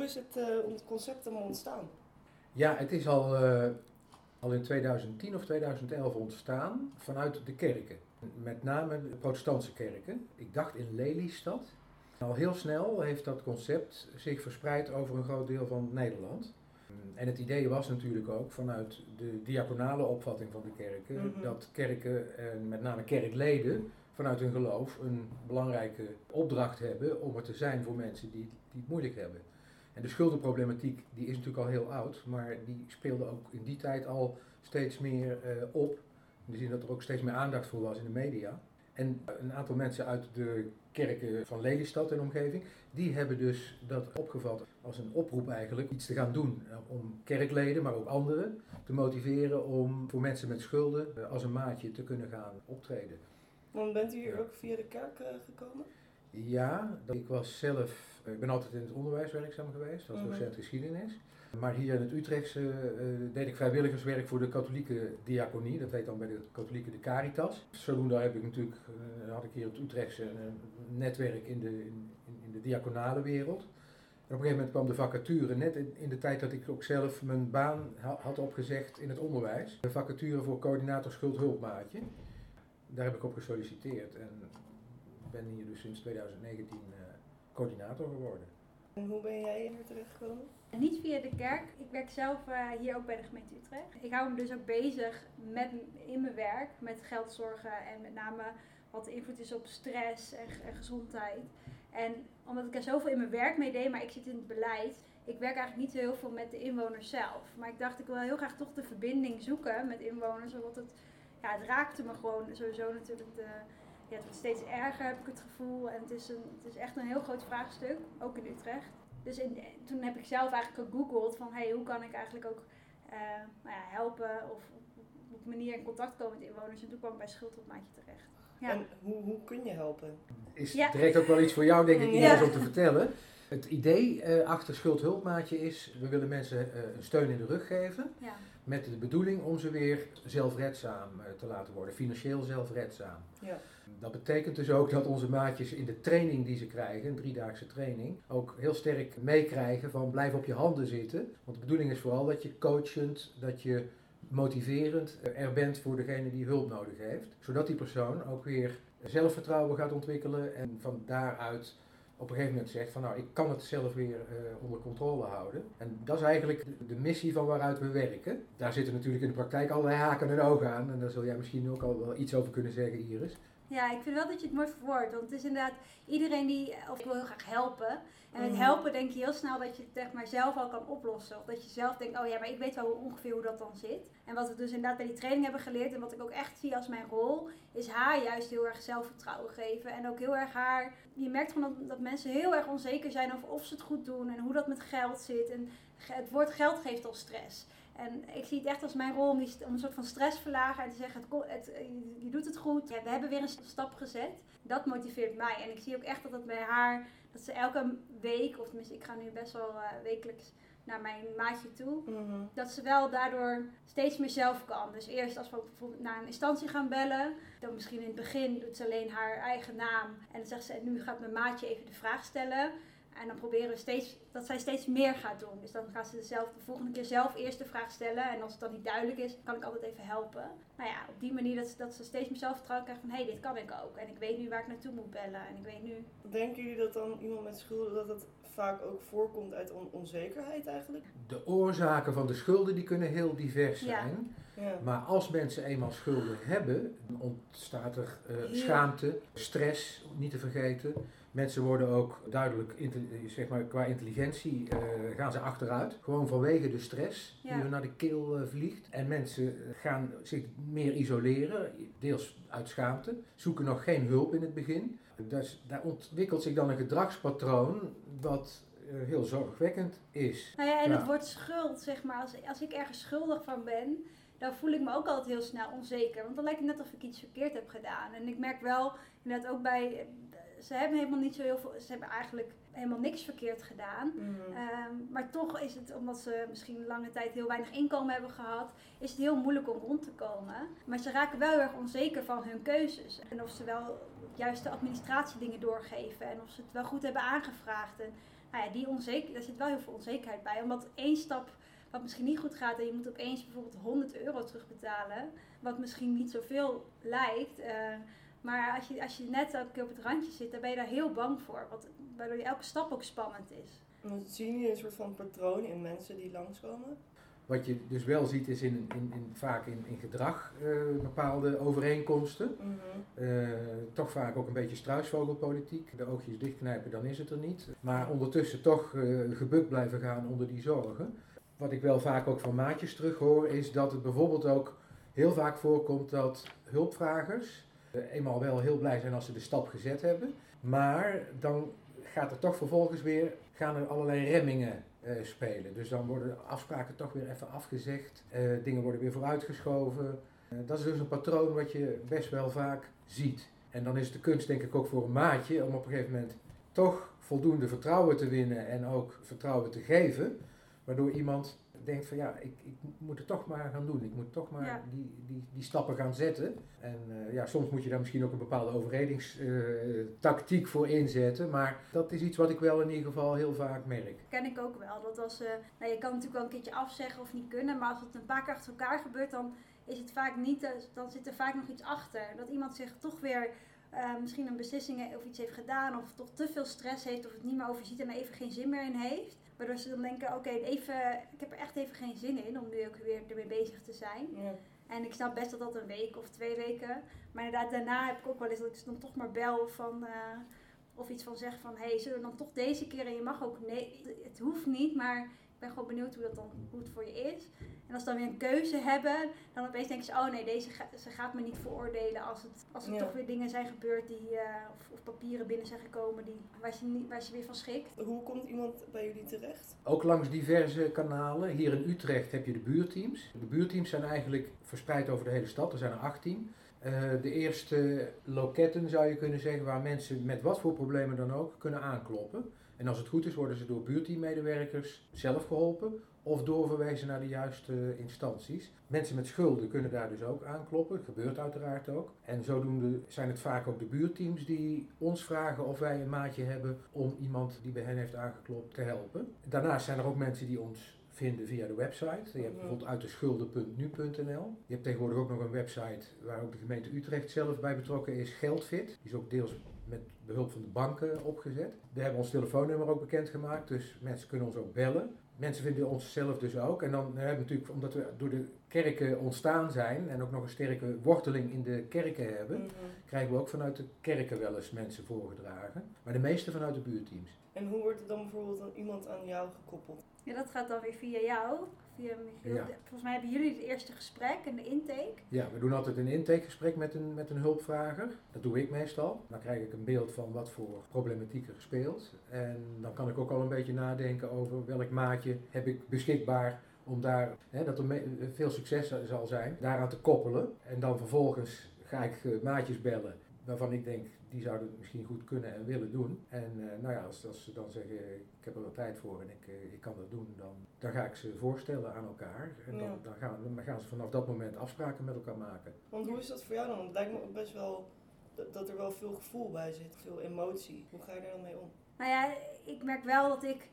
hoe is het concept allemaal ontstaan? Ja, het is al in 2010 of 2011 ontstaan vanuit de kerken. Met name de protestantse kerken. Ik dacht in Lelystad. Al heel snel heeft dat concept zich verspreid over een groot deel van Nederland. En het idee was natuurlijk ook vanuit de diaconale opvatting van de kerken, dat kerken en met name kerkleden vanuit hun geloof een belangrijke opdracht hebben om er te zijn voor mensen die het moeilijk hebben. En de schuldenproblematiek die is natuurlijk al heel oud, maar die speelde ook in die tijd al steeds meer op. In de zin dat er ook steeds meer aandacht voor was in de media. En een aantal mensen uit de kerken van Lelystad en omgeving, die hebben dus dat opgevat als een oproep eigenlijk iets te gaan doen om kerkleden, maar ook anderen te motiveren om voor mensen met schulden als een maatje te kunnen gaan optreden. Want bent u hier ook via de kerk gekomen? Ja, ik ben altijd in het onderwijs werkzaam geweest als docent geschiedenis. Maar hier in het Utrechtse deed ik vrijwilligerswerk voor de katholieke diaconie. Dat heet dan bij de katholieke de Caritas. Zodoende heb ik natuurlijk, had ik hier in het Utrechtse een netwerk in de diaconale wereld. En op een gegeven moment kwam de vacature, net in de tijd dat ik ook zelf mijn baan had opgezegd in het onderwijs. De vacature voor coördinator schuldhulpmaatje. Daar heb ik op gesolliciteerd en ben hier dus sinds 2019 coördinator geworden. En hoe ben jij hier terechtgekomen? Niet via de kerk. Ik werk zelf hier ook bij de gemeente Utrecht. Ik hou me dus ook bezig in mijn werk met geldzorgen en met name wat de invloed is op stress en gezondheid. En omdat ik er zoveel in mijn werk mee deed, maar ik zit in het beleid, ik werk eigenlijk niet zo heel veel met de inwoners zelf. Maar ik dacht, ik wil heel graag toch de verbinding zoeken met inwoners, omdat het raakte me gewoon sowieso natuurlijk. Het wordt steeds erger, heb ik het gevoel. En het is echt een heel groot vraagstuk, ook in Utrecht. Dus toen heb ik zelf eigenlijk gegoogeld van hoe kan ik eigenlijk ook helpen of op een manier in contact komen met inwoners. En toen kwam ik bij Schuldhulpmaatje terecht. Ja. En hoe kun je helpen? Is direct ook wel iets voor jou, denk ik, Iris, om te vertellen. Het idee achter Schuldhulpmaatje is, we willen mensen een steun in de rug geven. Ja. Met de bedoeling om ze weer zelfredzaam te laten worden, financieel zelfredzaam. Ja. Dat betekent dus ook dat onze maatjes in de training die ze krijgen, een 3-daagse training, ook heel sterk meekrijgen van blijf op je handen zitten. Want de bedoeling is vooral dat je coachend, dat je motiverend er bent voor degene die hulp nodig heeft. Zodat die persoon ook weer zelfvertrouwen gaat ontwikkelen en van daaruit op een gegeven moment zegt van ik kan het zelf weer onder controle houden. En dat is eigenlijk de missie van waaruit we werken. Daar zitten natuurlijk in de praktijk allerlei haken en ogen aan. En daar zul jij misschien ook al wel iets over kunnen zeggen, Iris. Ja, ik vind wel dat je het mooi verwoordt. Want het is inderdaad iedereen ik wil heel graag helpen. En met helpen denk je heel snel dat je het zelf al kan oplossen. Of dat je zelf denkt, maar ik weet wel ongeveer hoe dat dan zit. En wat we dus inderdaad bij die training hebben geleerd en wat ik ook echt zie als mijn rol, is haar juist heel erg zelfvertrouwen geven. En ook heel erg je merkt gewoon dat mensen heel erg onzeker zijn over of ze het goed doen en hoe dat met geld zit. En het woord geld geeft al stress. En ik zie het echt als mijn rol om een soort van stress te verlagen en te zeggen, je doet het goed. Ja, we hebben weer een stap gezet. Dat motiveert mij. En ik zie ook echt dat het bij haar, dat ze elke week, of tenminste ik ga nu best wel wekelijks naar mijn maatje toe, dat ze wel daardoor steeds meer zelf kan. Dus eerst als we bijvoorbeeld naar een instantie gaan bellen, dan misschien in het begin doet ze alleen haar eigen naam. En dan zegt ze, nu gaat mijn maatje even de vraag stellen. En dan proberen we dat zij steeds meer gaat doen. Dus dan gaat ze de volgende keer zelf eerst de vraag stellen. En als het dan niet duidelijk is, kan ik altijd even helpen. Op die manier dat ze steeds meer zelfvertrouwen krijgt van dit kan ik ook. En ik weet nu waar ik naartoe moet bellen. En ik weet nu... Denken jullie dat dan iemand met schulden, dat het vaak ook voorkomt uit onzekerheid eigenlijk? De oorzaken van de schulden die kunnen heel divers zijn. Ja. Maar als mensen eenmaal schulden hebben, dan ontstaat er schaamte, stress, niet te vergeten. Mensen worden ook duidelijk, qua intelligentie gaan ze achteruit. Gewoon vanwege de stress die hun naar de keel vliegt. En mensen gaan zich meer isoleren, deels uit schaamte. Zoeken nog geen hulp in het begin. Dus daar ontwikkelt zich dan een gedragspatroon wat heel zorgwekkend is. Het woord schuld, als ik ergens schuldig van ben, dan voel ik me ook altijd heel snel onzeker. Want dan lijkt het net of ik iets verkeerd heb gedaan. En ik merk wel, inderdaad ook bij... Ze hebben helemaal niet zo heel veel. Ze hebben eigenlijk helemaal niks verkeerd gedaan. Maar toch is het, omdat ze misschien lange tijd heel weinig inkomen hebben gehad, is het heel moeilijk om rond te komen. Maar ze raken wel heel erg onzeker van hun keuzes. En of ze wel juist de administratiedingen doorgeven. En of ze het wel goed hebben aangevraagd. En nou ja, daar zit wel heel veel onzekerheid bij. Omdat één stap wat misschien niet goed gaat en je moet opeens bijvoorbeeld €100 terugbetalen. Wat misschien niet zoveel lijkt. Maar als je net elke keer op het randje zit, dan ben je daar heel bang voor. Waardoor elke stap ook spannend is. En zien jullie een soort van patroon in mensen die langskomen? Wat je dus wel ziet is vaak in gedrag bepaalde overeenkomsten. Toch vaak ook een beetje struisvogelpolitiek. De oogjes dichtknijpen, dan is het er niet. Maar ondertussen toch gebukt blijven gaan onder die zorgen. Wat ik wel vaak ook van maatjes terughoor is dat het bijvoorbeeld ook heel vaak voorkomt dat hulpvragers eenmaal wel heel blij zijn als ze de stap gezet hebben. Maar dan gaat er toch vervolgens gaan er allerlei remmingen spelen. Dus dan worden afspraken toch weer even afgezegd. Dingen worden weer vooruitgeschoven. Dat is dus een patroon wat je best wel vaak ziet. En dan is de kunst denk ik ook voor een maatje om op een gegeven moment toch voldoende vertrouwen te winnen en ook vertrouwen te geven. Waardoor iemand denkt van ja, ik moet het toch maar gaan doen. Ik moet toch maar die stappen gaan zetten. En soms moet je daar misschien ook een bepaalde overredingstactiek voor inzetten. Maar dat is iets wat ik wel in ieder geval heel vaak merk. Ken ik ook wel. Dat als, je kan natuurlijk wel een keertje afzeggen of niet kunnen. Maar als het een paar keer achter elkaar gebeurt, dan is het vaak niet. Dan zit er vaak nog iets achter. Dat iemand zich toch weer misschien een beslissing of iets heeft gedaan. Of toch te veel stress heeft of het niet meer overziet en er even geen zin meer in heeft. Waardoor ze dan denken, ik heb er echt even geen zin in om nu ook weer ermee bezig te zijn. Ja. En ik snap best dat een week of 2 weken. Maar inderdaad, daarna heb ik ook wel eens dat ik ze dan toch maar bel van... of iets van zeg van, zullen we dan toch deze keer... En je mag ook, nee, het hoeft niet, maar ik ben gewoon benieuwd hoe het voor je is. En als ze dan weer een keuze hebben, dan opeens denken ze... Oh nee, ze gaat me niet veroordelen als er toch weer dingen zijn gebeurd die... Of papieren binnen zijn gekomen waar ze weer van schrikt. Hoe komt iemand bij jullie terecht? Ook langs diverse kanalen. Hier in Utrecht heb je de buurteams. De buurteams zijn eigenlijk verspreid over de hele stad. Er zijn er 18. De eerste loketten zou je kunnen zeggen waar mensen met wat voor problemen dan ook kunnen aankloppen. En als het goed is worden ze door buurteammedewerkers zelf geholpen of doorverwezen naar de juiste instanties. Mensen met schulden kunnen daar dus ook aankloppen, dat gebeurt uiteraard ook. En zodoende zijn het vaak ook de buurteams die ons vragen of wij een maatje hebben om iemand die bij hen heeft aangeklopt te helpen. Daarnaast zijn er ook mensen die ons vinden via de website. Je hebt bijvoorbeeld uiteschulden.nu.nl. Je hebt tegenwoordig ook nog een website waar ook de gemeente Utrecht zelf bij betrokken is, Geldfit. Die is ook deels met behulp van de banken opgezet. We hebben ons telefoonnummer ook bekendgemaakt, dus mensen kunnen ons ook bellen. Mensen vinden ons zelf dus ook. En dan hebben we natuurlijk, omdat we door de kerken ontstaan zijn en ook nog een sterke worteling in de kerken hebben, krijgen we ook vanuit de kerken wel eens mensen voorgedragen. Maar de meeste vanuit de buurteams. En hoe wordt er dan bijvoorbeeld iemand aan jou gekoppeld? Ja, dat gaat dan weer via jou. Via Michiel. Ja. Volgens mij hebben jullie het eerste gesprek en de intake. Ja, we doen altijd een intakegesprek met een hulpvrager. Dat doe ik meestal. Dan krijg ik een beeld van wat voor problematiek er speelt. En dan kan ik ook al een beetje nadenken over welk maatje heb ik beschikbaar om daar, dat er veel succes zal zijn, daaraan te koppelen. En dan vervolgens ga ik maatjes bellen waarvan ik denk, die zouden het misschien goed kunnen en willen doen. En als ze dan zeggen, ik heb er wel tijd voor en ik kan dat doen, dan ga ik ze voorstellen aan elkaar. En dan gaan ze vanaf dat moment afspraken met elkaar maken. Want hoe is dat voor jou dan? Het lijkt me ook best wel dat er wel veel gevoel bij zit, veel emotie. Hoe ga je daar dan mee om? Nou ja, ik merk wel dat ik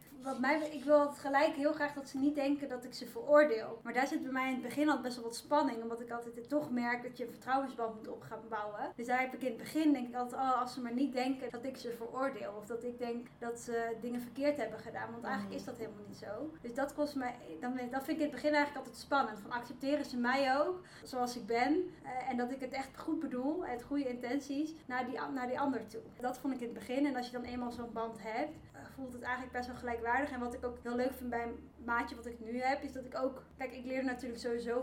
wil het gelijk heel graag dat ze niet denken dat ik ze veroordeel. Maar daar zit bij mij in het begin al best wel wat spanning. Omdat ik altijd toch merk dat je een vertrouwensband moet op gaan bouwen. Dus daar heb ik in het begin denk ik altijd, als ze maar niet denken dat ik ze veroordeel. Of dat ik denk dat ze dingen verkeerd hebben gedaan. Want eigenlijk is dat helemaal niet zo. Dus dat kost mij, dat vind ik in het begin eigenlijk altijd spannend. Van accepteren ze mij ook, zoals ik ben. En dat ik het echt goed bedoel, uit goede intenties, naar die ander toe. Dat vond ik in het begin. En als je dan eenmaal zo'n band hebt, voelt het eigenlijk best wel gelijkwaardig. En wat ik ook heel leuk vind bij een maatje wat ik nu heb, is dat ik ook... Kijk, ik leer natuurlijk sowieso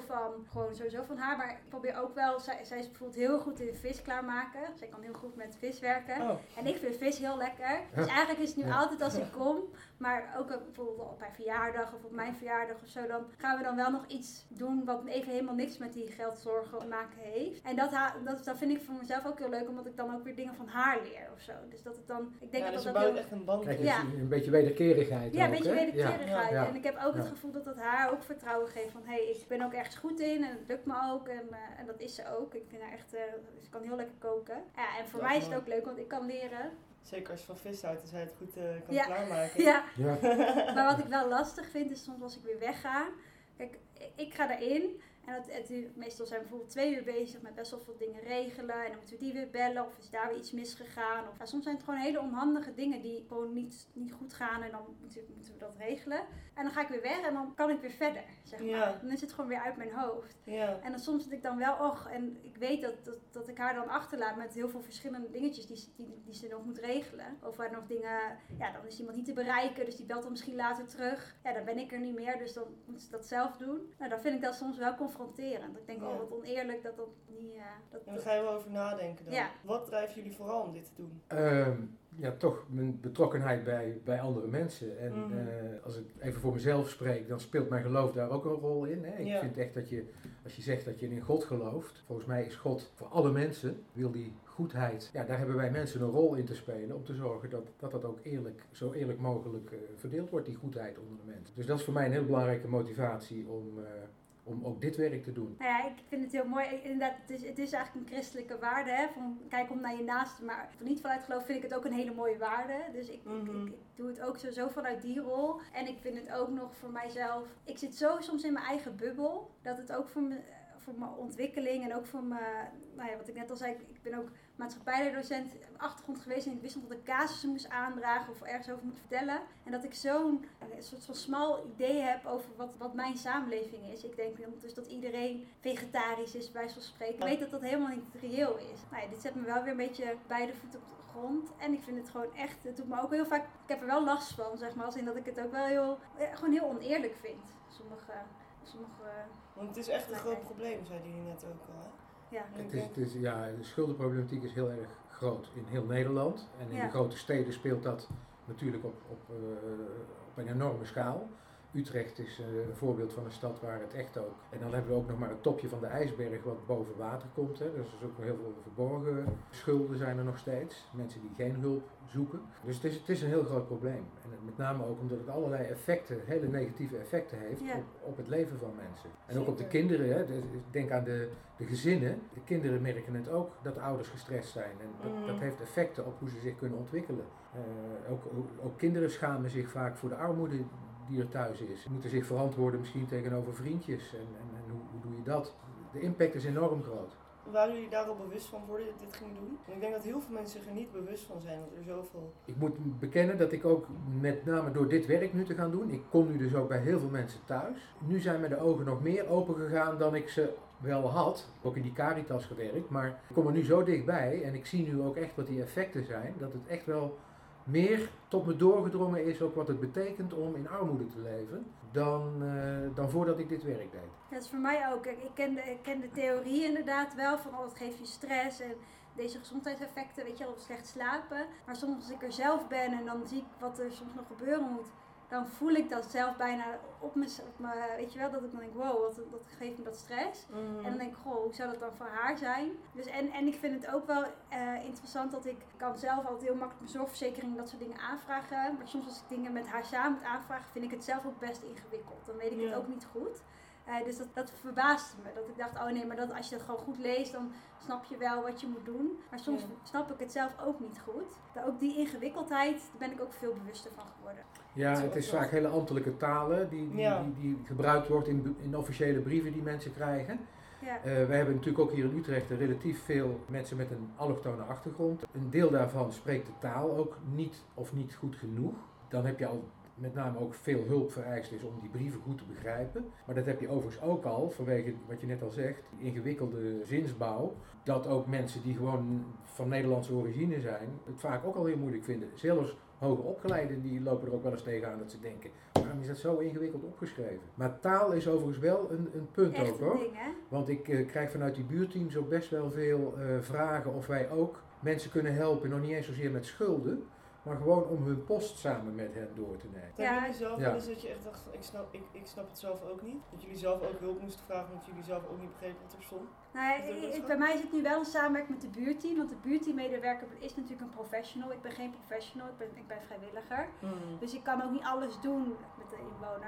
van haar, maar ik probeer ook wel... Zij is bijvoorbeeld heel goed in vis klaarmaken. Zij kan heel goed met vis werken. Oh. En ik vind vis heel lekker. Dus eigenlijk is het nu altijd als ik kom, maar ook bijvoorbeeld op haar verjaardag of op mijn verjaardag of zo, dan gaan we dan wel nog iets doen wat even helemaal niks met die geldzorgen te maken heeft. En dat vind ik voor mezelf ook heel leuk, omdat ik dan ook weer dingen van haar leer of zo. Dus dat het dan... Ik denk dus dat bouwt echt een band. Kijk, een beetje wederkerigheid. Ja, een beetje wederkerigheid. Ja. En ik heb ook het gevoel dat dat haar ook vertrouwen geeft van, ik ben ook ergens goed in en het lukt me ook. En dat is ze ook. Ik vind haar echt, ze kan heel lekker koken. Ja, en voor mij is het ook leuk, want ik kan leren. Zeker als je van vis houdt, dan zou je het goed kan Ja. klaarmaken. Ja, Ja. maar wat ik wel lastig vind is soms als ik weer wegga. Kijk, ik ga daarin en meestal zijn we bijvoorbeeld 2 uur bezig met best wel veel dingen regelen. En dan moeten we die weer bellen of is daar weer iets misgegaan. Of, soms zijn het gewoon hele onhandige dingen die gewoon niet goed gaan en dan moeten we dat regelen. En dan ga ik weer weg en dan kan ik weer verder, zeg maar. Ja. Dan is het gewoon weer uit mijn hoofd. Ja. En dan soms zit ik dan wel, en ik weet dat ik haar dan achterlaat met heel veel verschillende dingetjes die ze nog moet regelen. Of waar nog dingen, ja, dan is iemand niet te bereiken, dus die belt dan misschien later terug. Ja, dan ben ik er niet meer, dus dan moet ze dat zelf doen. Nou, dan vind ik dat soms wel confronterend. Ik denk, Ja. oh, wat oneerlijk dat niet... En daar ga je wel over nadenken dan. Ja. Wat drijft jullie vooral om dit te doen? Ja, toch mijn betrokkenheid bij andere mensen. En als ik even voor mezelf spreek, dan speelt mijn geloof daar ook een rol in. Hè? Ik vind echt dat als je zegt dat je in God gelooft, volgens mij is God voor alle mensen, wil die goedheid. Ja, daar hebben wij mensen een rol in te spelen om te zorgen dat ook zo eerlijk mogelijk verdeeld wordt, die goedheid onder de mensen. Dus dat is voor mij een heel belangrijke motivatie om ook dit werk te doen. Nou ja, ik vind het heel mooi. Inderdaad, het is eigenlijk een christelijke waarde. Hè? Van, kijk om naar je naaste. Maar niet vanuit geloof vind ik het ook een hele mooie waarde. Dus ik doe het ook zo vanuit die rol. En ik vind het ook nog voor mijzelf. Ik zit zo soms in mijn eigen bubbel. Dat het ook voor mijn ontwikkeling en ook voor mijn, nou ja, wat ik net al zei, ik ben ook maatschappijleerdocent achtergrond geweest en ik wist nog dat ik casussen moest aandragen of ergens over moet vertellen. En dat ik zo'n soort van smal idee heb over wat mijn samenleving is. Ik denk dus dat iedereen vegetarisch is, bij wijze van spreken. Ik weet dat dat helemaal niet reëel is. Nou ja, dit zet me wel weer een beetje beide voeten op de grond. En ik vind het gewoon echt, het doet me ook heel vaak, ik heb er wel last van, zeg maar, als in dat ik het ook wel gewoon heel oneerlijk vind. Sommige Want het is echt een groot probleem, zeiden jullie net ook al. Hè? ja. De schuldenproblematiek is heel erg groot in heel Nederland. En in de grote steden speelt dat natuurlijk op een enorme schaal. Utrecht is een voorbeeld van een stad waar het echt ook... En dan hebben we ook nog maar het topje van de ijsberg wat boven water komt. Hè. Dus er is ook heel veel verborgen schulden zijn er nog steeds. Mensen die geen hulp zoeken. Dus het is een heel groot probleem. En met name ook omdat het allerlei effecten, hele negatieve effecten heeft op het leven van mensen. En ook op de kinderen. Hè. Denk aan de gezinnen. De kinderen merken het ook dat de ouders gestrest zijn. En dat heeft effecten op hoe ze zich kunnen ontwikkelen. Ook kinderen schamen zich vaak voor de armoede die er thuis is. Ze moeten zich verantwoorden misschien tegenover vriendjes. En hoe doe je dat? De impact is enorm groot. Waren jullie daar al bewust van voordat je dit ging doen? En ik denk dat heel veel mensen zich er niet bewust van zijn, dat er zoveel... Ik moet bekennen dat ik ook met name door dit werk nu te gaan doen, ik kom nu dus ook bij heel veel mensen thuis. Nu zijn me de ogen nog meer open gegaan dan ik ze wel had. Ook in die Caritas gewerkt, maar ik kom er nu zo dichtbij en ik zie nu ook echt wat die effecten zijn. Dat het echt wel meer tot me doorgedrongen is ook wat het betekent om in armoede te leven dan voordat ik dit werk deed. Dat is voor mij ook. Ik ken de theorie inderdaad wel van dat geeft je stress en deze gezondheidseffecten, weet je wel, slecht slapen. Maar soms als ik er zelf ben en dan zie ik wat er soms nog gebeuren moet, dan voel ik dat zelf bijna op me, weet je wel, dat ik dan denk, wow, dat geeft me dat stress. En dan denk ik, goh, hoe zou dat dan voor haar zijn? Dus, en ik vind het ook wel interessant dat ik kan zelf altijd heel makkelijk mijn zorgverzekering en dat soort dingen aanvragen. Maar soms als ik dingen met haar samen moet aanvragen, vind ik het zelf ook best ingewikkeld. Dan weet ik het ook niet goed. Dus dat verbaasde me. Dat ik dacht, oh nee, maar als je dat gewoon goed leest, dan snap je wel wat je moet doen. Maar soms snap ik het zelf ook niet goed. Ook die ingewikkeldheid, daar ben ik ook veel bewuster van geworden. Ja, het is vaak hele ambtelijke talen die gebruikt wordt in officiële brieven die mensen krijgen. Ja. Wij hebben natuurlijk ook hier in Utrecht relatief veel mensen met een allochtone achtergrond. Een deel daarvan spreekt de taal ook niet of niet goed genoeg. Dan heb je al met name ook veel hulp vereist is om die brieven goed te begrijpen. Maar dat heb je overigens ook al, vanwege wat je net al zegt, die ingewikkelde zinsbouw. Dat ook mensen die gewoon van Nederlandse origine zijn, het vaak ook al heel moeilijk vinden. Zelfs hoger opgeleiden die lopen er ook wel eens tegenaan dat ze denken, waarom is dat zo ingewikkeld opgeschreven? Maar taal is overigens wel een punt echt ook hoor. Ding, hè? Want ik krijg vanuit die buurteams ook best wel veel vragen of wij ook mensen kunnen helpen, nog niet eens zozeer met schulden, maar gewoon om hun post samen met hen door te nemen. Hebben jullie zelf wel eens dat je echt dacht, ik snap het zelf ook niet? Dat jullie zelf ook hulp moesten vragen omdat jullie zelf ook niet begrepen wat er stond? Nou, bij mij is het nu wel een samenwerking met de buurteam, want de buurteammedewerker is natuurlijk een professional. Ik ben geen professional, ik ben vrijwilliger. Dus ik kan ook niet alles doen met de inwoner.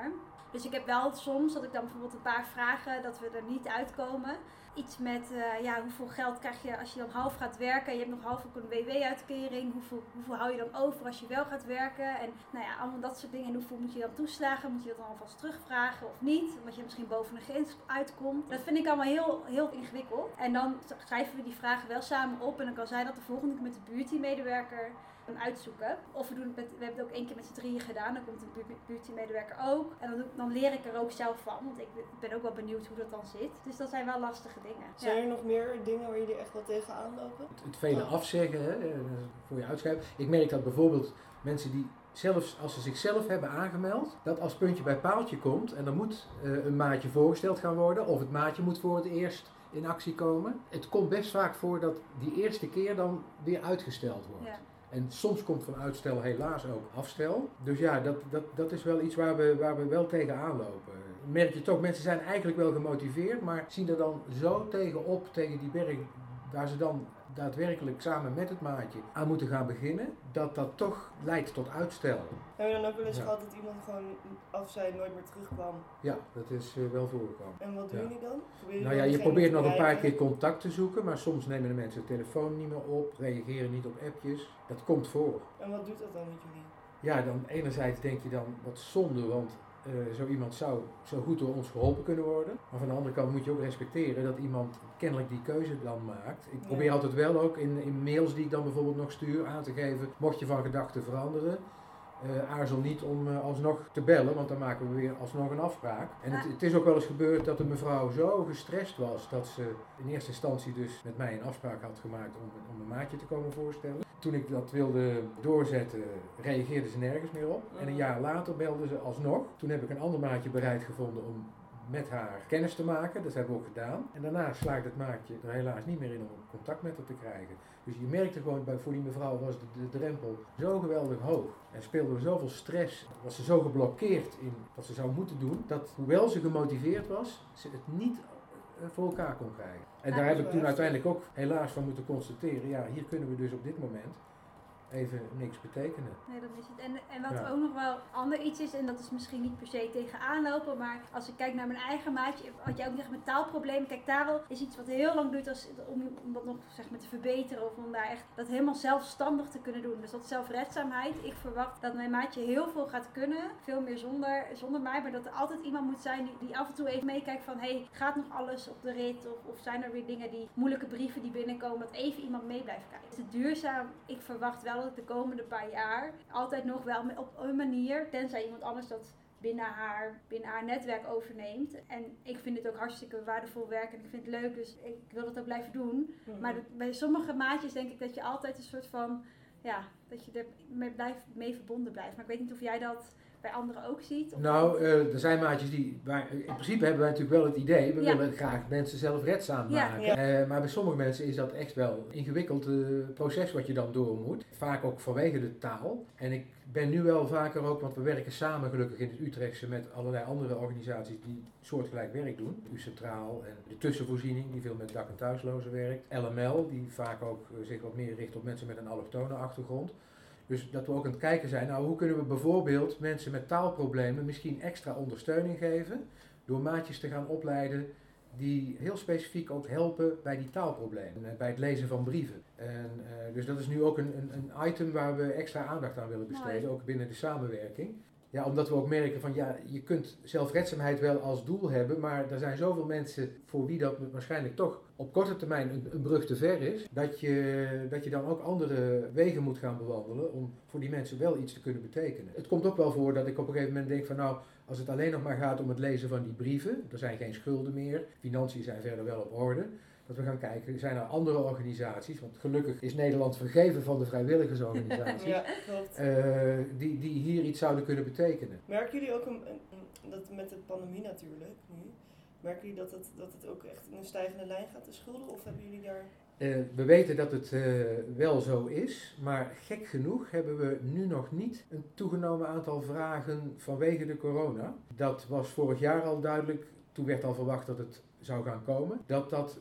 Dus ik heb wel soms dat ik dan bijvoorbeeld een paar vragen dat we er niet uitkomen. Iets met hoeveel geld krijg je als je dan half gaat werken. Je hebt nog half ook een WW-uitkering. Hoeveel hou je dan over als je wel gaat werken? En allemaal dat soort dingen. En hoeveel moet je dan toeslagen? Moet je dat dan alvast terugvragen of niet? Omdat je misschien boven de grens uitkomt. Dat vind ik allemaal heel, heel ingewikkeld. En dan schrijven we die vragen wel samen op. En dan kan zij dat de volgende keer met de buurteammedewerker uitzoeken. Of we hebben het ook 1 keer met z'n 3 gedaan. Dan komt de buurteammedewerker ook. En dan leer ik er ook zelf van. Want ik ben ook wel benieuwd hoe dat dan zit. Dus dat zijn wel lastige dingen. Zijn er nog meer dingen waar jullie echt wel tegenaan lopen? Het vele afzeggen, hè, voor je uitschrijven. Ik merk dat bijvoorbeeld mensen die zelfs als ze zichzelf hebben aangemeld, dat als puntje bij paaltje komt en er moet een maatje voorgesteld gaan worden of het maatje moet voor het eerst in actie komen. Het komt best vaak voor dat die eerste keer dan weer uitgesteld wordt. Ja. En soms komt van uitstel helaas ook afstel. Dus ja, dat is wel iets waar we wel tegenaan lopen. Merk je toch, mensen zijn eigenlijk wel gemotiveerd, maar zien er dan zo tegenop, tegen die berg, waar ze dan daadwerkelijk samen met het maatje aan moeten gaan beginnen, dat toch leidt tot uitstel. Heb je dan ook wel eens gehad dat iemand gewoon afzei nooit meer terugkwam? Ja, dat is wel voorgekomen. En wat doen jullie dan? Je probeert nog een paar keer contact te zoeken, maar soms nemen de mensen de telefoon niet meer op, reageren niet op appjes. Dat komt voor. En wat doet dat dan met jullie? Ja, dan enerzijds denk je dan wat zonde, want zo iemand zou zo goed door ons geholpen kunnen worden. Maar van de andere kant moet je ook respecteren dat iemand kennelijk die keuze dan maakt. Ik probeer altijd wel ook in mails die ik dan bijvoorbeeld nog stuur aan te geven, mocht je van gedachten veranderen, aarzel niet om alsnog te bellen, want dan maken we weer alsnog een afspraak. En het is ook wel eens gebeurd dat een mevrouw zo gestrest was dat ze in eerste instantie dus met mij een afspraak had gemaakt om een maatje te komen voorstellen. Toen ik dat wilde doorzetten, reageerde ze nergens meer op. En een jaar later belde ze alsnog. Toen heb ik een ander maatje bereid gevonden om met haar kennis te maken. Dat hebben we ook gedaan. En daarna slaagt het maatje er helaas niet meer in om contact met haar te krijgen. Dus je merkte gewoon, voor die mevrouw was de drempel zo geweldig hoog. En speelde er zoveel stress. Was ze zo geblokkeerd in wat ze zou moeten doen. Dat hoewel ze gemotiveerd was, ze het niet voor elkaar kon krijgen. En daar heb ik toen uiteindelijk ook helaas van moeten constateren. Ja, hier kunnen we dus op dit moment even niks betekenen. Nee, dat is het. En wat ook nog wel ander iets is, en dat is misschien niet per se tegenaan lopen, maar als ik kijk naar mijn eigen maatje, wat jij ook zegt met taalproblemen, kijk, taal is iets wat heel lang duurt om dat nog zeg maar te verbeteren of om daar echt dat helemaal zelfstandig te kunnen doen. Dus dat zelfredzaamheid. Ik verwacht dat mijn maatje heel veel gaat kunnen, veel meer zonder mij, maar dat er altijd iemand moet zijn die af en toe even meekijkt van, hey, gaat nog alles op de rit of zijn er weer dingen moeilijke brieven die binnenkomen, dat even iemand mee blijft kijken. Het is duurzaam. Ik verwacht wel dat de komende paar jaar altijd nog wel op een manier, tenzij iemand anders dat binnen haar netwerk overneemt. En ik vind het ook hartstikke waardevol werk en ik vind het leuk, dus ik wil dat ook blijven doen. Mm-hmm. Maar bij sommige maatjes denk ik dat je altijd een soort van, dat je er mee verbonden blijft. Maar ik weet niet of jij dat bij anderen ook ziet? Er zijn maatjes in principe hebben wij natuurlijk wel het idee, we willen graag mensen zelfredzaam maken. Ja. Maar bij sommige mensen is dat echt wel een ingewikkeld proces wat je dan door moet. Vaak ook vanwege de taal. En ik ben nu wel vaker ook, want we werken samen gelukkig in het Utrechtse met allerlei andere organisaties die soortgelijk werk doen. U-Centraal en de Tussenvoorziening die veel met dak- en thuislozen werkt. LML die vaak ook zich wat meer richt op mensen met een allochtone achtergrond. Dus dat we ook aan het kijken zijn, hoe kunnen we bijvoorbeeld mensen met taalproblemen misschien extra ondersteuning geven door maatjes te gaan opleiden die heel specifiek ook helpen bij die taalproblemen, bij het lezen van brieven. En, dus dat is nu ook een item waar we extra aandacht aan willen besteden, ook binnen de samenwerking. Ja, omdat we ook merken van je kunt zelfredzaamheid wel als doel hebben, maar er zijn zoveel mensen voor wie dat waarschijnlijk toch op korte termijn een brug te ver is, dat je dan ook andere wegen moet gaan bewandelen om voor die mensen wel iets te kunnen betekenen. Het komt ook wel voor dat ik op een gegeven moment denk van als het alleen nog maar gaat om het lezen van die brieven, er zijn geen schulden meer, financiën zijn verder wel op orde, dat we gaan kijken, zijn er andere organisaties, want gelukkig is Nederland vergeven van de vrijwilligersorganisaties, die hier iets zouden kunnen betekenen. Merken jullie ook dat met de pandemie natuurlijk nu, merken jullie dat het ook echt in een stijgende lijn gaat, de schulden, of hebben jullie daar... We weten dat het wel zo is, maar gek genoeg hebben we nu nog niet een toegenomen aantal vragen vanwege de corona. Dat was vorig jaar al duidelijk. Toen werd al verwacht dat het zou gaan komen, dat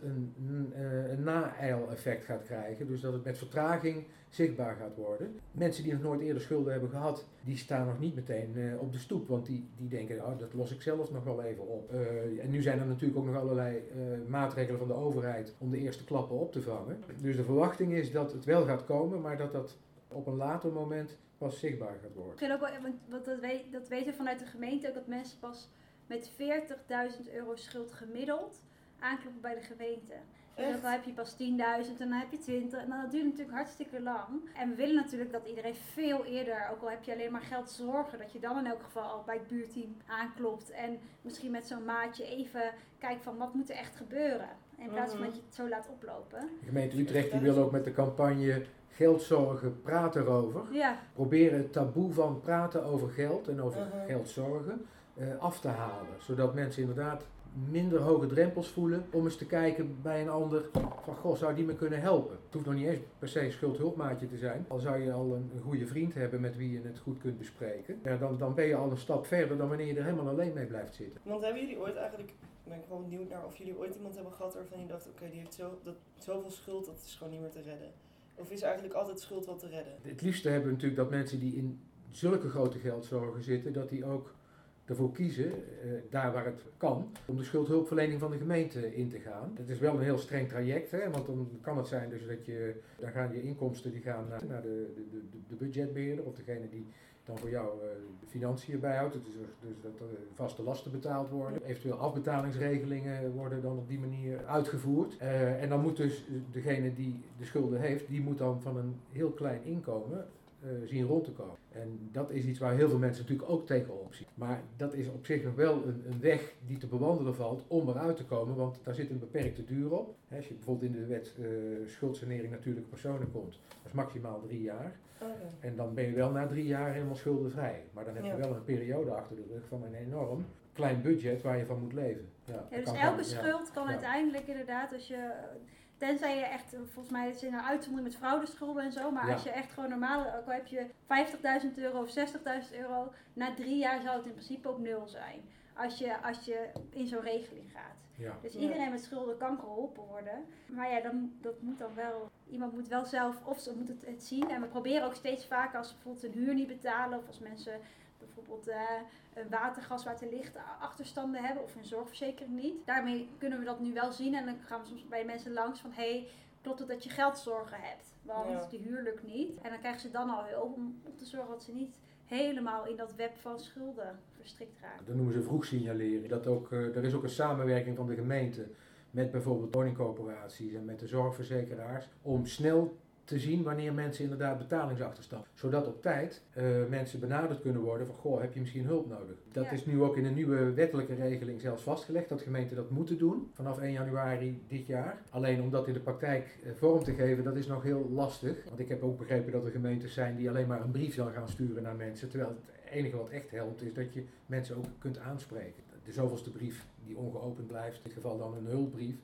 een na-eil-effect gaat krijgen. Dus dat het met vertraging zichtbaar gaat worden. Mensen die nog nooit eerder schulden hebben gehad, die staan nog niet meteen op de stoep. Want die denken, dat los ik zelf nog wel even op. En nu zijn er natuurlijk ook nog allerlei maatregelen van de overheid om de eerste klappen op te vangen. Dus de verwachting is dat het wel gaat komen, maar dat op een later moment pas zichtbaar gaat worden. Misschien ook wel, want dat weten we vanuit de gemeente ook, dat mensen pas met €40.000 schuld gemiddeld aankloppen bij de gemeente. En dan heb je pas 10.000 en dan heb je 20 en dat duurt natuurlijk hartstikke lang. En we willen natuurlijk dat iedereen veel eerder, ook al heb je alleen maar geld zorgen, dat je dan in elk geval al bij het buurteam aanklopt en misschien met zo'n maatje even kijkt van wat moet er echt gebeuren. In plaats van dat je het zo laat oplopen. De gemeente Utrecht die wil ook met de campagne Geldzorgen, praat erover. Ja. Proberen het taboe van praten over geld en over geldzorgen af te halen. Zodat mensen inderdaad minder hoge drempels voelen om eens te kijken bij een ander van goh, zou die me kunnen helpen? Het hoeft nog niet eens per se een schuldhulpmaatje te zijn. Al zou je al een goede vriend hebben met wie je het goed kunt bespreken. Ja, dan ben je al een stap verder dan wanneer je er helemaal alleen mee blijft zitten. Want hebben jullie ooit eigenlijk, ben ik gewoon benieuwd naar of jullie ooit iemand hebben gehad waarvan je dacht, oké, die heeft zoveel schuld, dat is gewoon niet meer te redden. Of is eigenlijk altijd schuld wel te redden? Het liefste hebben we natuurlijk dat mensen die in zulke grote geldzorgen zitten, dat die ook ervoor kiezen, daar waar het kan, om de schuldhulpverlening van de gemeente in te gaan. Het is wel een heel streng traject, hè, want dan kan het zijn dus dan gaan je inkomsten die gaan naar de budgetbeheerder of degene die dan voor jou de financiën bijhoudt. Dus dat er vaste lasten betaald worden. Eventueel afbetalingsregelingen worden dan op die manier uitgevoerd. En dan moet dus degene die de schulden heeft, die moet dan van een heel klein inkomen zien rond te komen. En dat is iets waar heel veel mensen natuurlijk ook tegenop zien. Maar dat is op zich nog wel een weg die te bewandelen valt om eruit te komen, want daar zit een beperkte duur op. Als je bijvoorbeeld in de wet schuldsanering natuurlijke personen komt, dat is maximaal 3 jaar. Okay. En dan ben je wel na 3 jaar helemaal schuldenvrij. Maar dan heb je wel een periode achter de rug van een enorm klein budget waar je van moet leven. Ja, dus elke schuld kan uiteindelijk inderdaad, als je... Tenzij je echt, volgens mij is het een uitzondering met fraudeschulden en zo, maar als je echt gewoon normaal, ook al heb je €50.000 of €60.000, na 3 jaar zou het in principe op 0 zijn. Als je in zo'n regeling gaat. Ja. Dus iedereen met schulden kan geholpen worden. Maar ja, dat moet dan wel, iemand moet wel zelf, of ze moet het zien. En we proberen ook steeds vaker als ze bijvoorbeeld een huur niet betalen, of als mensen bijvoorbeeld een watergas, waterlicht achterstanden hebben of een zorgverzekering niet. Daarmee kunnen we dat nu wel zien en dan gaan we soms bij mensen langs van klopt het dat je geldzorgen hebt? Want de huur lukt niet. En dan krijgen ze dan al hulp om te zorgen dat ze niet helemaal in dat web van schulden verstrikt raken. Dat noemen ze vroeg signaleren. Er is ook een samenwerking van de gemeente met bijvoorbeeld woningcorporaties en met de zorgverzekeraars om snel te zien wanneer mensen inderdaad betalingsachterstand. Zodat op tijd mensen benaderd kunnen worden van goh, heb je misschien hulp nodig. Dat is nu ook in een nieuwe wettelijke regeling zelfs vastgelegd dat gemeenten dat moeten doen vanaf 1 januari dit jaar. Alleen om dat in de praktijk vorm te geven, dat is nog heel lastig. Want ik heb ook begrepen dat er gemeentes zijn die alleen maar een brief dan gaan sturen naar mensen. Terwijl het enige wat echt helpt is dat je mensen ook kunt aanspreken. De zoveelste brief die ongeopend blijft, in dit geval dan een hulpbrief,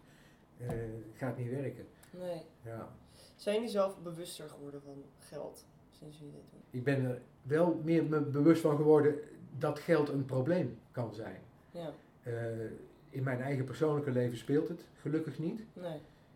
gaat niet werken. Nee. Ja. Zijn jullie zelf bewuster geworden van geld sinds jullie dit doen? Ik ben er wel meer bewust van geworden dat geld een probleem kan zijn. Ja. In mijn eigen persoonlijke leven speelt het gelukkig niet. Nee.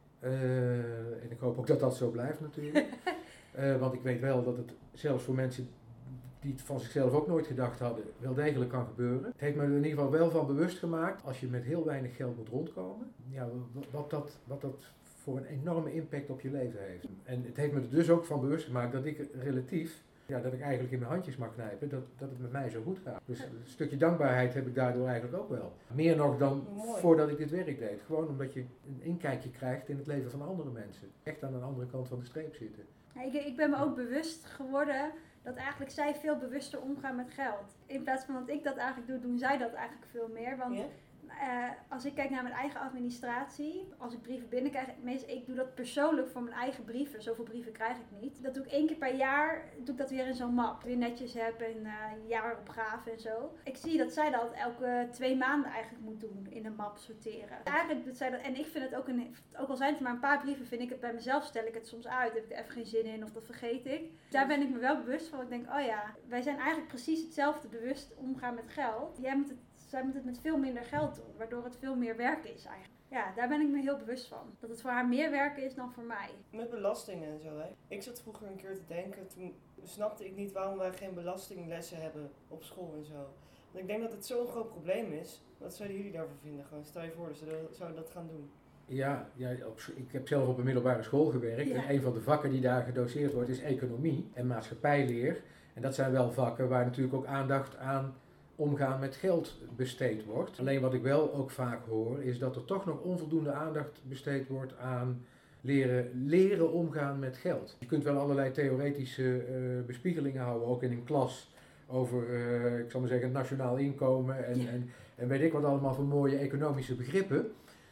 En ik hoop ook dat dat zo blijft natuurlijk. Want ik weet wel dat het zelfs voor mensen die het van zichzelf ook nooit gedacht hadden, wel degelijk kan gebeuren. Het heeft me er in ieder geval wel van bewust gemaakt, als je met heel weinig geld moet rondkomen, ja, wat dat voor een enorme impact op je leven heeft. En het heeft me er dus ook van bewust gemaakt dat ik relatief, dat ik eigenlijk in mijn handjes mag knijpen, dat het met mij zo goed gaat. Dus een stukje dankbaarheid heb ik daardoor eigenlijk ook wel. Meer nog dan voordat ik dit werk deed. Gewoon omdat je een inkijkje krijgt in het leven van andere mensen. Echt aan de andere kant van de streep zitten. Ik ben me ook bewust geworden dat eigenlijk zij veel bewuster omgaan met geld. In plaats van dat ik dat eigenlijk doe, doen zij dat eigenlijk veel meer. Want als ik kijk naar mijn eigen administratie, als ik brieven binnenkrijg, ik doe dat persoonlijk voor mijn eigen brieven. Zoveel brieven krijg ik niet. Dat doe ik 1 keer per jaar, doe ik dat weer in zo'n map. Weer netjes heb en jaaropgave en zo. Ik zie dat zij dat elke 2 maanden eigenlijk moet doen, in een map sorteren. Eigenlijk doet zij dat, en ik vind het ook al zijn het maar een paar brieven, vind ik het bij mezelf, stel ik het soms uit. Heb ik er even geen zin in of dat vergeet ik. Daar ben ik me wel bewust van. Ik denk, wij zijn eigenlijk precies hetzelfde bewust omgaan met geld. Zij moet het met veel minder geld geld doen. Waardoor het veel meer werk is eigenlijk. Ja, daar ben ik me heel bewust van. Dat het voor haar meer werk is dan voor mij. Met belastingen en zo, hè. Ik zat vroeger een keer te denken, toen snapte ik niet waarom wij geen belastinglessen hebben op school en zo. Want ik denk dat het zo'n groot probleem is. Wat zouden jullie daarvoor vinden? Gewoon, stel je voor, ze zouden dat gaan doen. Ja, ik heb zelf op een middelbare school gewerkt. Ja. En een van de vakken die daar gedoseerd wordt is economie en maatschappijleer. En dat zijn wel vakken waar natuurlijk ook aandacht aan omgaan met geld besteed wordt. Alleen wat ik wel ook vaak hoor is dat er toch nog onvoldoende aandacht besteed wordt aan leren omgaan met geld. Je kunt wel allerlei theoretische bespiegelingen houden, ook in een klas, over, ik zal maar zeggen, het nationaal inkomen en weet ik wat allemaal voor mooie economische begrippen.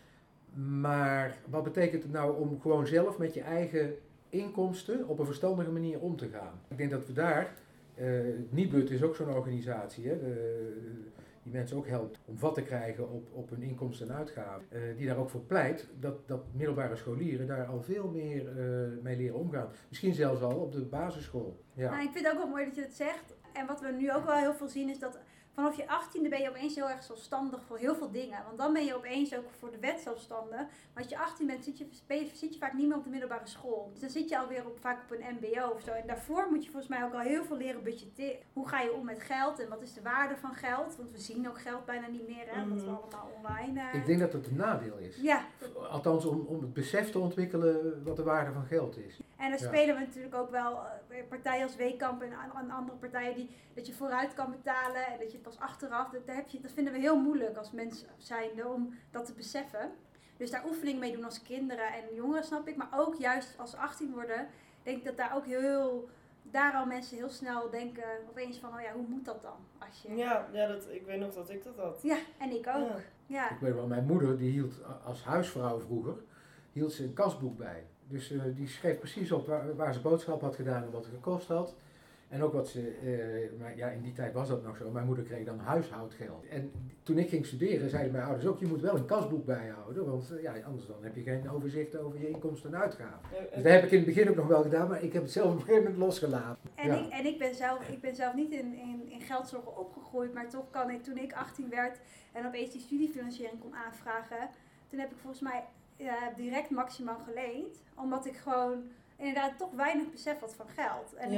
Maar wat betekent het nou om gewoon zelf met je eigen inkomsten op een verstandige manier om te gaan? Ik denk dat we daar, Nibud is ook zo'n organisatie, hè, die mensen ook helpt om vat te krijgen op hun inkomsten en uitgaven. Die daar ook voor pleit dat middelbare scholieren daar al veel meer mee leren omgaan. Misschien zelfs al op de basisschool. Ja. Nou, ik vind het ook wel mooi dat je het zegt. En wat we nu ook wel heel veel zien is dat vanaf je 18e ben je opeens heel erg zelfstandig voor heel veel dingen. Want dan ben je opeens ook voor de wet zelfstandig. Maar als je 18 bent, zit je vaak niet meer op de middelbare school. Dus dan zit je alweer vaak op een mbo of zo. En daarvoor moet je volgens mij ook al heel veel leren budgetteren. Hoe ga je om met geld en wat is de waarde van geld? Want we zien ook geld bijna niet meer, hè, omdat we allemaal online... Ik denk dat het een nadeel is. Ja. Althans om het besef te ontwikkelen wat de waarde van geld is. En dan spelen we natuurlijk ook wel partijen als Weekamp en andere partijen dat je vooruit kan betalen en dat je pas achteraf, dat vinden we heel moeilijk als mens zijnde om dat te beseffen. Dus daar oefening mee doen als kinderen en jongeren snap ik, maar ook juist als ze 18 worden, denk ik dat daar ook daar al mensen heel snel denken opeens van, oh ja, hoe moet dat dan? Als je... Ja, ik weet nog dat ik dat had. Ja, en ik ook. Ja. Ik weet wel, mijn moeder die hield als huisvrouw vroeger, hield ze een kasboek bij. Dus die schreef precies op waar ze boodschap had gedaan en wat het gekost had. En ook wat ze, maar ja, in die tijd was dat nog zo. Mijn moeder kreeg dan huishoudgeld. En toen ik ging studeren, zeiden mijn ouders ook, je moet wel een kasboek bijhouden. Want anders dan heb je geen overzicht over je inkomsten en uitgaven. Dus dat heb ik in het begin ook nog wel gedaan, maar ik heb het zelf op een gegeven moment losgelaten. En ik ben zelf niet in geldzorgen opgegroeid, maar toch kan ik, toen ik 18 werd en opeens die studiefinanciering kon aanvragen, toen heb ik volgens mij direct maximaal geleend. Omdat ik gewoon inderdaad toch weinig besef had van geld. En ik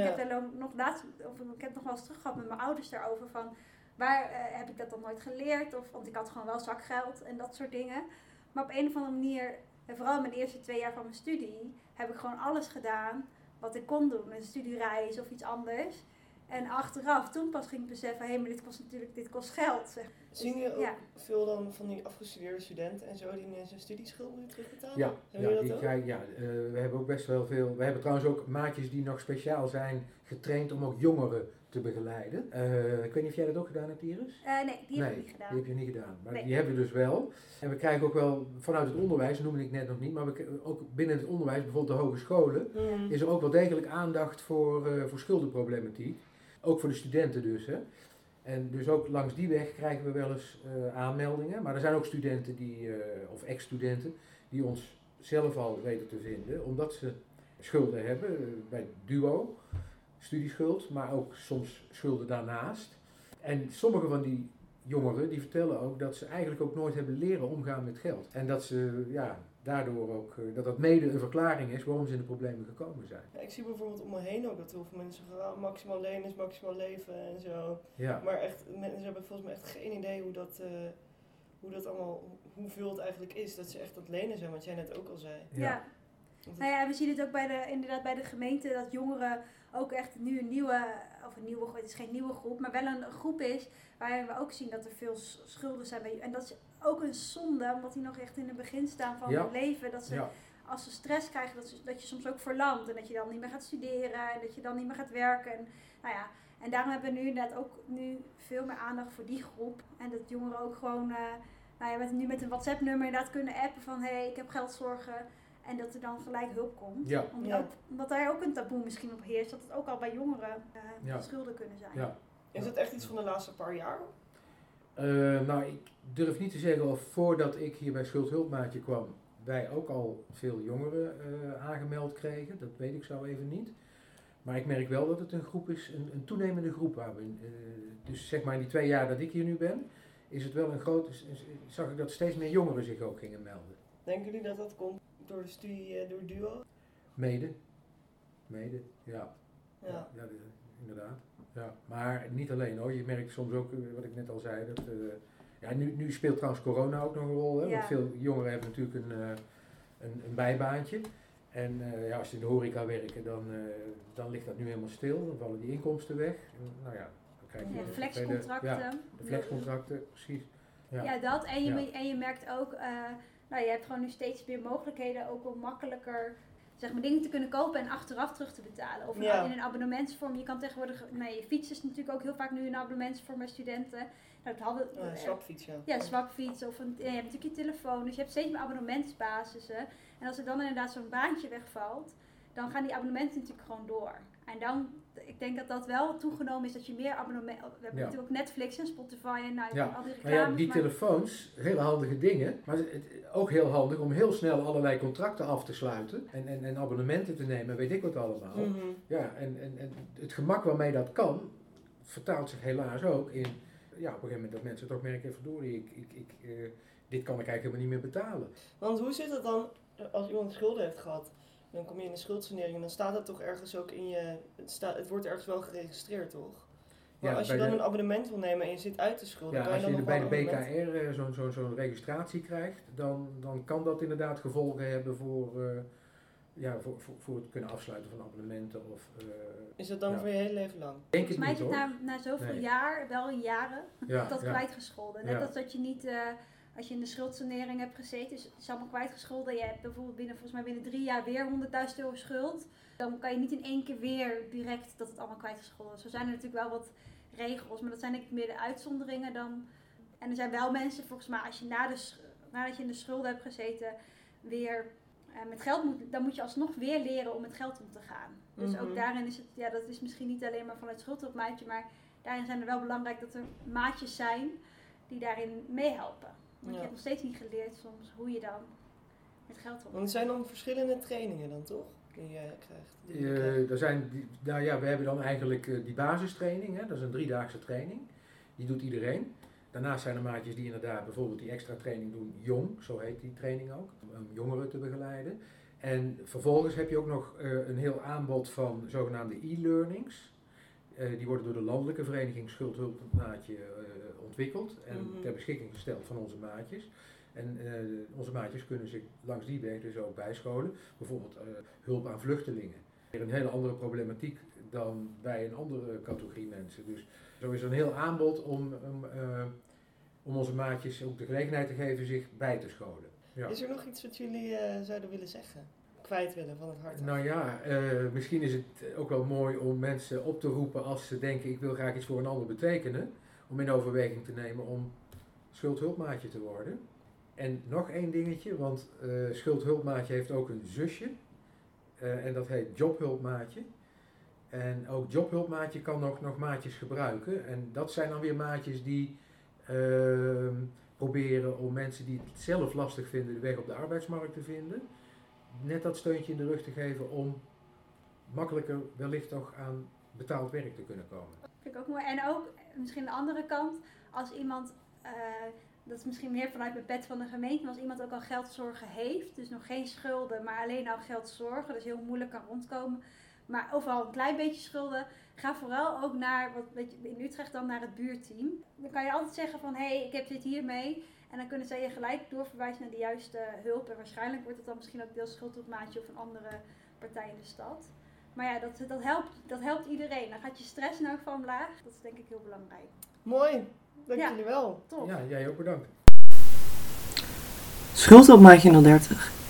heb nog wel eens terug gehad met mijn ouders daarover van waar heb ik dat dan nooit geleerd? Want ik had gewoon wel zakgeld en dat soort dingen. Maar op een of andere manier, en vooral in mijn eerste 2 jaar van mijn studie, heb ik gewoon alles gedaan wat ik kon doen. Een studiereis of iets anders. En achteraf, toen pas ging ik beseffen, hé, maar dit kost geld. Zeg. Zien jullie ook veel dan van die afgestudeerde studenten en zo die nu zijn studieschuld nu terugbetalen? Ja, we hebben ook best wel veel. We hebben trouwens ook maatjes die nog speciaal zijn getraind om ook jongeren te begeleiden. Ik weet niet of jij dat ook gedaan hebt, Iris? Nee, die heb ik niet gedaan. Die heb je niet gedaan, maar die hebben we dus wel. En we krijgen ook wel vanuit het onderwijs, noemde ik net nog niet, maar ook binnen het onderwijs, bijvoorbeeld de hogescholen, is er ook wel degelijk aandacht voor schuldenproblematiek. Ook voor de studenten dus. Hè. En dus ook langs die weg krijgen we wel eens aanmeldingen. Maar er zijn ook studenten of ex-studenten die ons zelf al weten te vinden. Omdat ze schulden hebben, bij DUO, studieschuld, maar ook soms schulden daarnaast. En sommige van die jongeren die vertellen ook dat ze eigenlijk ook nooit hebben leren omgaan met geld. En dat ze daardoor ook, dat mede een verklaring is waarom ze in de problemen gekomen zijn. Ja, ik zie bijvoorbeeld om me heen ook dat heel veel mensen zeggen, maximaal lenen is maximaal leven en zo. Ja. Maar echt, mensen hebben volgens mij echt geen idee hoe dat allemaal, hoeveel het eigenlijk is. Dat ze echt aan het lenen zijn, wat jij net ook al zei. Ja. Nou ja, we zien het ook bij de gemeente dat jongeren ook echt nu het is geen nieuwe groep, maar wel een groep is waarin we ook zien dat er veel schulden zijn. En dat is ook een zonde, omdat die nog echt in het begin staan van hun leven. Dat ze, als ze stress krijgen, dat je soms ook verlamt en dat je dan niet meer gaat studeren en dat je dan niet meer gaat werken. En daarom hebben we nu inderdaad ook veel meer aandacht voor die groep. En dat jongeren ook gewoon met een WhatsApp-nummer inderdaad kunnen appen van hé, ik heb geldzorgen. En dat er dan gelijk hulp komt. Ja. Omdat daar ook een taboe misschien op heerst. Dat het ook al bij jongeren schulden kunnen zijn. Ja. Is het echt iets van de laatste paar jaar? Ik durf niet te zeggen of voordat ik hier bij Schuldhulpmaatje kwam, wij ook al veel jongeren aangemeld kregen. Dat weet ik zo even niet. Maar ik merk wel dat het een groep is, een toenemende groep waar we dus zeg maar in die 2 jaar dat ik hier nu ben, is het wel zag ik dat steeds meer jongeren zich ook gingen melden. Denken jullie dat dat komt door de studie, door Duo? Mede, ja. Ja. Ja, inderdaad. Ja. Maar niet alleen hoor, je merkt soms ook, wat ik net al zei, dat... nu speelt trouwens corona ook nog een rol, hè? Ja. Want veel jongeren hebben natuurlijk een bijbaantje. En als ze in de horeca werken, dan ligt dat nu helemaal stil. Dan vallen die inkomsten weg. Dan krijg je flexcontracten. De flexcontracten, precies. Ja, dat. En je merkt ook, je hebt gewoon nu steeds meer mogelijkheden ook om makkelijker zeg maar dingen te kunnen kopen en achteraf terug te betalen. Of in een abonnementsvorm. Je kan tegenwoordig, je fiets is natuurlijk ook heel vaak nu een abonnementsvorm bij studenten. Swapfiets, ja, swapfiets of je hebt natuurlijk je telefoon. Dus je hebt steeds meer abonnementsbasissen. En als er dan inderdaad zo'n baantje wegvalt, dan gaan die abonnementen natuurlijk gewoon door. En dan, ik denk dat dat wel toegenomen is dat je meer abonnementen... We hebben natuurlijk ook Netflix en Spotify en al die reclames. Die telefoons, hele handige dingen. Maar ook heel handig om heel snel allerlei contracten af te sluiten. En abonnementen te nemen, weet ik wat allemaal. Mm-hmm. Ja, en het gemak waarmee dat kan, vertaalt zich helaas ook in... Ja, op een gegeven moment dat mensen toch merken, verdorie, dit kan ik eigenlijk helemaal niet meer betalen. Want hoe zit het dan als iemand schulden heeft gehad? Dan kom je in de schuldsanering en dan staat het toch ergens ook in je... Het wordt ergens wel geregistreerd, toch? Maar als je dan een abonnement wil nemen en je zit uit te schulden... Ja, als je bij de BKR zo'n registratie krijgt, dan kan dat inderdaad gevolgen hebben voor het kunnen afsluiten van abonnementen. Is dat dan voor je hele leven lang? Denk het niet, hoor. Na zoveel jaar, wel in jaren, kwijtgescholden. Net als dat je niet... Als je in de schuldsanering hebt gezeten, is het allemaal kwijtgescholden. Je hebt bijvoorbeeld binnen 3 jaar weer €100.000 schuld. Dan kan je niet in één keer weer direct dat het allemaal kwijtgescholden is. Zo zijn er natuurlijk wel wat regels, maar dat zijn denk ik meer de uitzonderingen dan. En er zijn wel mensen, volgens mij, als je nadat je in de schulden hebt gezeten, weer met geld moet, dan moet je alsnog weer leren om met geld om te gaan. Dus ook daarin is het, dat is misschien niet alleen maar vanuit schuldhulpmaatje, maar daarin zijn er wel belangrijk dat er maatjes zijn die daarin meehelpen. Want je hebt nog steeds niet geleerd soms hoe je dan met geld omgaat. Want er zijn dan verschillende trainingen dan toch? Die je krijgt? We hebben dan eigenlijk die basistraining, hè? Dat is een 3-daagse training. Die doet iedereen. Daarnaast zijn er maatjes die inderdaad bijvoorbeeld die extra training doen, jong, zo heet die training ook, om jongeren te begeleiden. En vervolgens heb je ook nog een heel aanbod van zogenaamde e-learnings. Die worden door de landelijke vereniging Schuldhulpmaatje ontwikkeld en ter beschikking gesteld van onze maatjes. En onze maatjes kunnen zich langs die weg dus ook bijscholen. Bijvoorbeeld hulp aan vluchtelingen. Weer een hele andere problematiek dan bij een andere categorie mensen. Dus zo is er een heel aanbod om onze maatjes ook de gelegenheid te geven zich bij te scholen. Ja. Is er nog iets wat jullie zouden willen zeggen? Kwijt willen van het hart? Nou ja, misschien is het ook wel mooi om mensen op te roepen als ze denken ik wil graag iets voor een ander betekenen. Om in overweging te nemen om schuldhulpmaatje te worden. En nog één dingetje, want schuldhulpmaatje heeft ook een zusje. En dat heet jobhulpmaatje. En ook jobhulpmaatje kan nog maatjes gebruiken. En dat zijn dan weer maatjes die proberen om mensen die het zelf lastig vinden de weg op de arbeidsmarkt te vinden. Net dat steuntje in de rug te geven om makkelijker wellicht toch aan betaald werk te kunnen komen. Vind ik ook mooi. En ook misschien de andere kant, als iemand, dat is misschien meer vanuit mijn pet van de gemeente, maar als iemand ook al geldzorgen heeft, dus nog geen schulden, maar alleen al geldzorgen, dus heel moeilijk kan rondkomen, maar overal een klein beetje schulden, ga vooral ook naar, in Utrecht dan naar het buurteam. Dan kan je altijd zeggen van, ik heb dit hiermee. En dan kunnen zij je gelijk doorverwijzen naar de juiste hulp. En waarschijnlijk wordt het dan misschien ook deels schuldhulpmaatje of een andere partij in de stad. Maar ja, dat helpt iedereen. Dan gaat je stress in elk geval omlaag. Dat is denk ik heel belangrijk. Mooi, dank jullie wel. Top. Ja, jij ook bedankt. Schuldhulpmaatje 030.